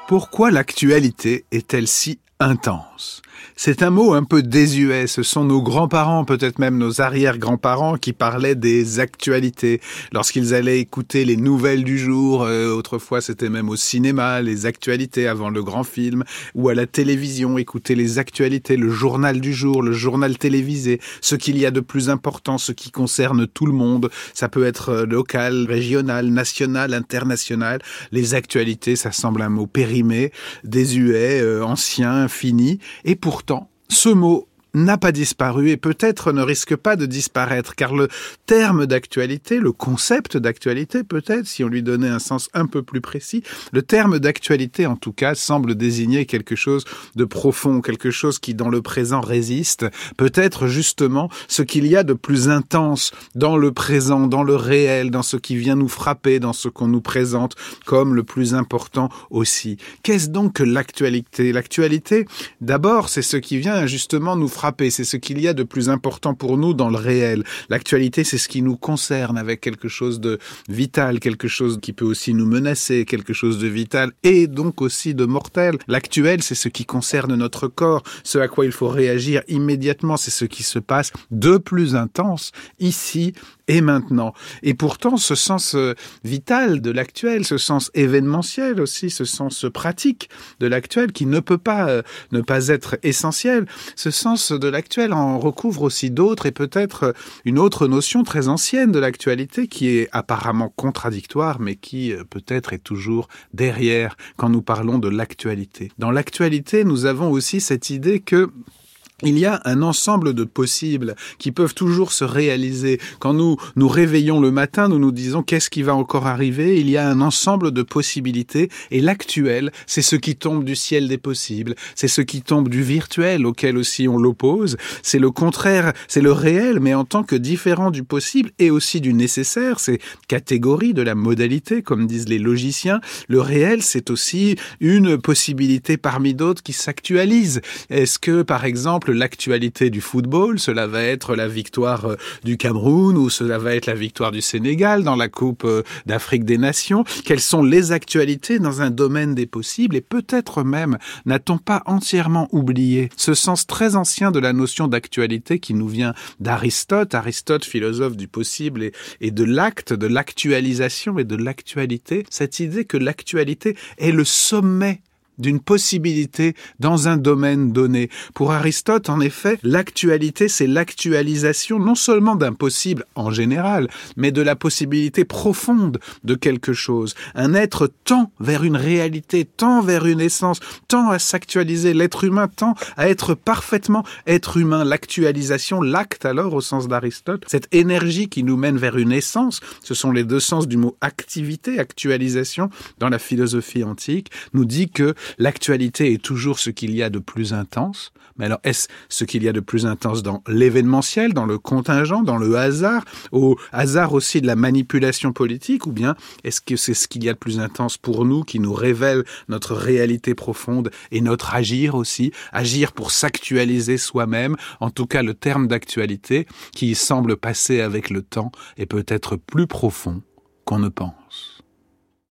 Pourquoi l'actualité est-elle si intense? C'est un mot un peu désuet, ce sont nos grands-parents, peut-être même nos arrière-grands-parents qui parlaient des actualités. Lorsqu'ils allaient écouter les nouvelles du jour, autrefois c'était même au cinéma, les actualités avant le grand film, ou à la télévision, écouter les actualités, le journal du jour, le journal télévisé, ce qu'il y a de plus important, ce qui concerne tout le monde. Ça peut être local, régional, national, international. Les actualités, ça semble un mot périmé, désuet, ancien, fini. Et pourtant, ce mot n'a pas disparu et peut-être ne risque pas de disparaître, car le terme d'actualité, le concept d'actualité peut-être, si on lui donnait un sens un peu plus précis, le terme d'actualité en tout cas semble désigner quelque chose de profond, quelque chose qui dans le présent résiste, peut-être justement ce qu'il y a de plus intense dans le présent, dans le réel, dans ce qui vient nous frapper, dans ce qu'on nous présente comme le plus important aussi. Qu'est-ce donc que l'actualité? L'actualité, d'abord, c'est ce qui vient justement nous frapper, c'est ce qu'il y a de plus important pour nous dans le réel. L'actualité, c'est ce qui nous concerne avec quelque chose de vital, quelque chose qui peut aussi nous menacer, quelque chose de vital et donc aussi de mortel. L'actuel, c'est ce qui concerne notre corps, ce à quoi il faut réagir immédiatement, c'est ce qui se passe de plus intense ici et maintenant. Et pourtant, ce sens vital de l'actuel, ce sens événementiel aussi, ce sens pratique de l'actuel qui ne peut pas ne pas être essentiel, ce sens de l'actuel en recouvre aussi d'autres et peut-être une autre notion très ancienne de l'actualité qui est apparemment contradictoire mais qui peut-être est toujours derrière quand nous parlons de l'actualité. Dans l'actualité, nous avons aussi cette idée que il y a un ensemble de possibles qui peuvent toujours se réaliser. Quand nous nous réveillons le matin, nous nous disons qu'est-ce qui va encore arriver? Il y a un ensemble de possibilités et l'actuel, c'est ce qui tombe du ciel des possibles. C'est ce qui tombe du virtuel auquel aussi on l'oppose. C'est le contraire, c'est le réel, mais en tant que différent du possible et aussi du nécessaire. C'est catégorie de la modalité, comme disent les logiciens. Le réel, c'est aussi une possibilité parmi d'autres qui s'actualise. Est-ce que, par exemple, l'actualité du football, cela va être la victoire du Cameroun ou cela va être la victoire du Sénégal dans la Coupe d'Afrique des Nations? Quelles sont les actualités dans un domaine des possibles? Et peut-être même, n'a-t-on pas entièrement oublié ce sens très ancien de la notion d'actualité qui nous vient d'Aristote, philosophe du possible et de l'acte, de l'actualisation et de l'actualité, cette idée que l'actualité est le sommet d'une possibilité dans un domaine donné. Pour Aristote, en effet, l'actualité, c'est l'actualisation non seulement d'un possible en général, mais de la possibilité profonde de quelque chose. Un être tend vers une réalité, tend vers une essence, tend à s'actualiser. L'être humain tend à être parfaitement être humain. L'actualisation, l'acte alors au sens d'Aristote, cette énergie qui nous mène vers une essence, ce sont les deux sens du mot activité, actualisation, dans la philosophie antique, nous dit que l'actualité est toujours ce qu'il y a de plus intense. Mais alors, est-ce ce qu'il y a de plus intense dans l'événementiel, dans le contingent, dans le hasard, au hasard aussi de la manipulation politique, ou bien est-ce que c'est ce qu'il y a de plus intense pour nous, qui nous révèle notre réalité profonde et notre agir aussi, agir pour s'actualiser soi-même, en tout cas le terme d'actualité qui semble passer avec le temps est peut-être plus profond qu'on ne pense.